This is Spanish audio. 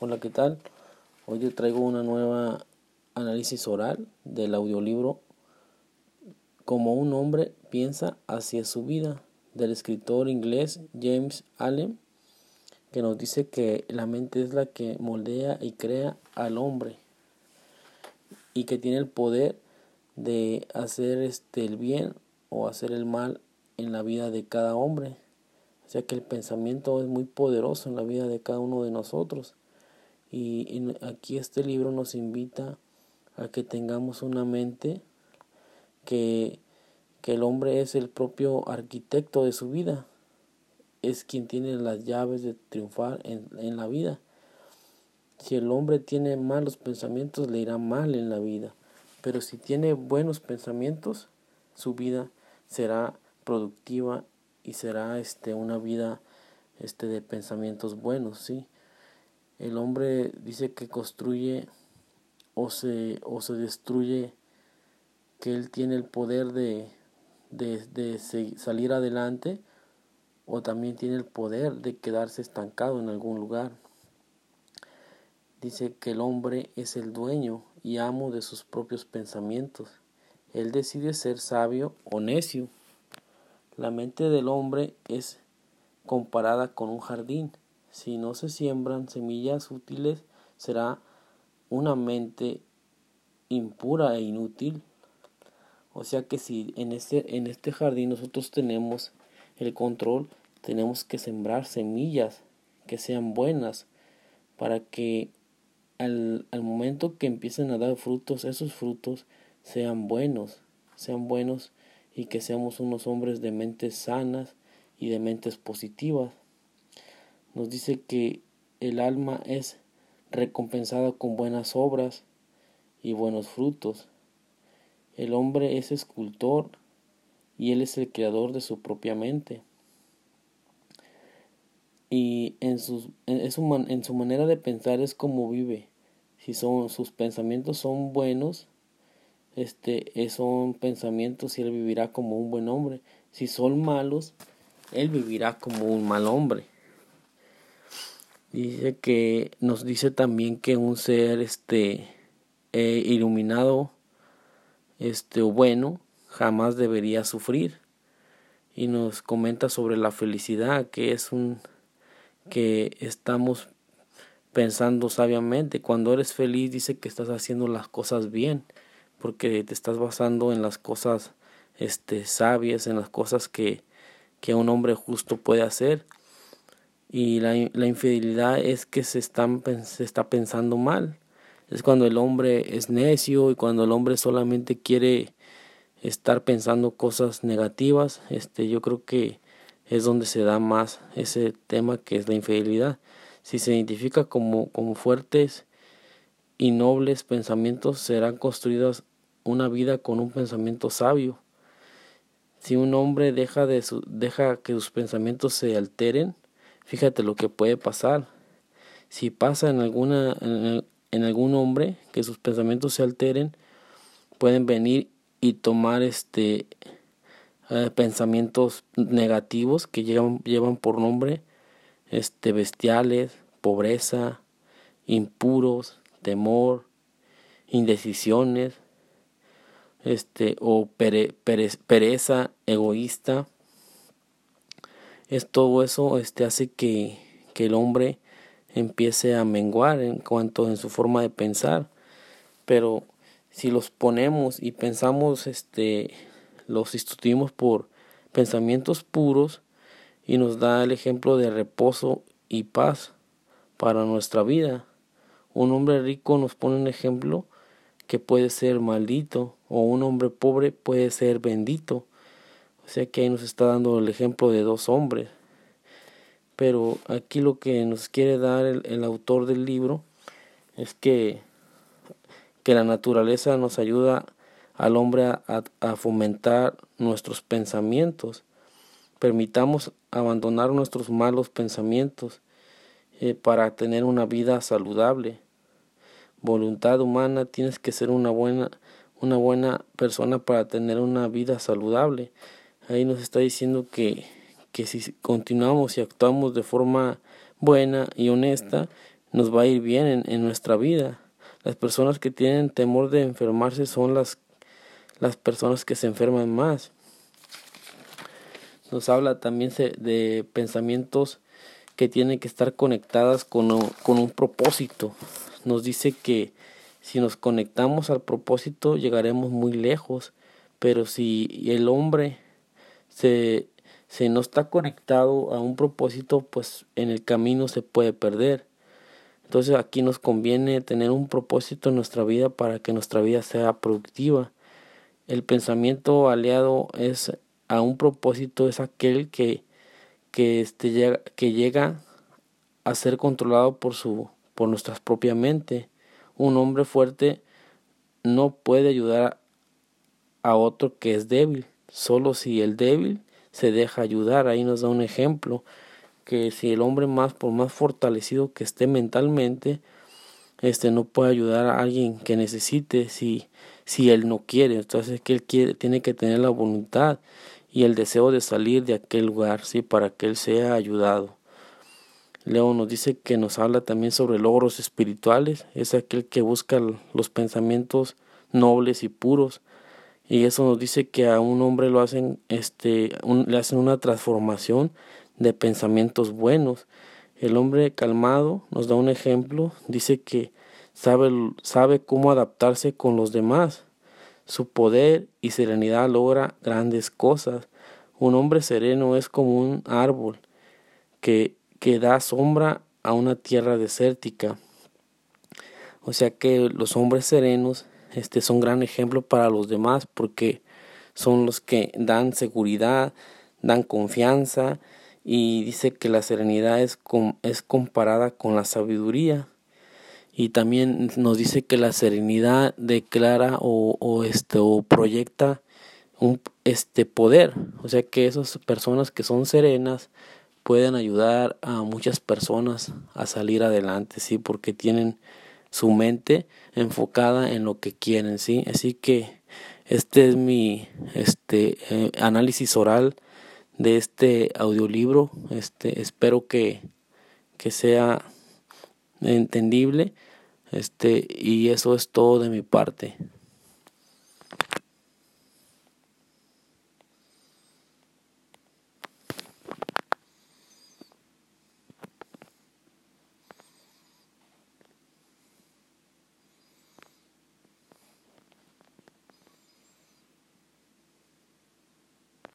Hola, ¿qué tal? Hoy te traigo una nueva análisis oral del audiolibro Como un hombre piensa hacia su vida, del escritor inglés James Allen, que nos dice que la mente es la que moldea y crea al hombre y que tiene el poder de hacer el bien o hacer el mal en la vida de cada hombre. O sea que el pensamiento es muy poderoso en la vida de cada uno de nosotros. Y aquí este libro nos invita a que tengamos una mente que el hombre es el propio arquitecto de su vida, es quien tiene las llaves de triunfar en la vida. Si el hombre tiene malos pensamientos, le irá mal en la vida, pero si tiene buenos pensamientos, su vida será productiva y será una vida de pensamientos buenos, ¿sí? El hombre dice que construye o se destruye, que él tiene el poder de salir adelante, o también tiene el poder de quedarse estancado en algún lugar. Dice que el hombre es el dueño y amo de sus propios pensamientos. Él decide ser sabio o necio. La mente del hombre es comparada con un jardín. Si no se siembran semillas útiles, será una mente impura e inútil. O sea que si en este jardín nosotros tenemos el control, tenemos que sembrar semillas que sean buenas para que al momento que empiecen a dar frutos, esos frutos sean buenos y que seamos unos hombres de mentes sanas y de mentes positivas. Nos dice que el alma es recompensada con buenas obras y buenos frutos. El hombre es escultor y él es el creador de su propia mente. Y en su manera de pensar es como vive. Si sus pensamientos son buenos, son pensamientos y él vivirá como un buen hombre. Si son malos, él vivirá como un mal hombre. Nos dice también que un ser iluminado o bueno jamás debería sufrir, y nos comenta sobre la felicidad, que estamos pensando sabiamente. Cuando eres feliz, dice que estás haciendo las cosas bien, porque te estás basando en las cosas sabias, en las cosas que un hombre justo puede hacer. Y la infidelidad es que se está pensando mal. Es cuando el hombre es necio y cuando el hombre solamente quiere estar pensando cosas negativas. Yo creo que es donde se da más ese tema, que es la infidelidad. Si se identifica como fuertes y nobles pensamientos, serán construidas una vida con un pensamiento sabio. Si un hombre deja que sus pensamientos se alteren, fíjate lo que puede pasar. Si pasa en algún hombre que sus pensamientos se alteren, pueden venir y tomar pensamientos negativos que llevan por nombre bestiales, pobreza, impuros, temor, indecisiones, o pereza, egoísta. Todo eso hace que el hombre empiece a menguar en su forma de pensar. Pero si los ponemos y pensamos, los sustituimos por pensamientos puros, y nos da el ejemplo de reposo y paz para nuestra vida. Un hombre rico nos pone un ejemplo que puede ser maldito, o un hombre pobre puede ser bendito. O sea que ahí nos está dando el ejemplo de dos hombres. Pero aquí lo que nos quiere dar el autor del libro es que la naturaleza nos ayuda al hombre a fomentar nuestros pensamientos. Permitamos abandonar nuestros malos pensamientos para tener una vida saludable. Voluntad humana, tienes que ser una buena persona para tener una vida saludable. Ahí nos está diciendo que si continuamos y actuamos de forma buena y honesta, nos va a ir bien en nuestra vida. Las personas que tienen temor de enfermarse son las personas que se enferman más. Nos habla también de pensamientos que tienen que estar conectadas con un propósito. Nos dice que si nos conectamos al propósito llegaremos muy lejos, pero si el hombre se no está conectado a un propósito, pues en el camino se puede perder. Entonces aquí nos conviene tener un propósito en nuestra vida para que nuestra vida sea productiva. El pensamiento aliado a un propósito es aquel que llega a ser controlado por nuestra propia mente. Un hombre fuerte no puede ayudar a otro que es débil, solo si el débil se deja ayudar. Ahí nos da un ejemplo, que si el hombre por más fortalecido que esté mentalmente, no puede ayudar a alguien que necesite si él no quiere. Entonces que él tiene que tener la voluntad y el deseo de salir de aquel lugar, ¿sí? Para que él sea ayudado. Leo nos dice que nos habla también sobre logros espirituales. Es aquel que busca los pensamientos nobles y puros. Y eso nos dice que a un hombre le hacen una transformación de pensamientos buenos. El hombre calmado nos da un ejemplo. Dice que sabe cómo adaptarse con los demás. Su poder y serenidad logra grandes cosas. Un hombre sereno es como un árbol que da sombra a una tierra desértica. O sea que los hombres serenos son gran ejemplo para los demás, porque son los que dan seguridad, dan confianza, y dice que la serenidad es comparada con la sabiduría. Y también nos dice que la serenidad declara o proyecta un poder. O sea que esas personas que son serenas pueden ayudar a muchas personas a salir adelante, sí, porque tienen su mente enfocada en lo que quieren, sí. Así que este es mi análisis oral de este audiolibro. Espero que sea entendible. Y eso es todo de mi parte.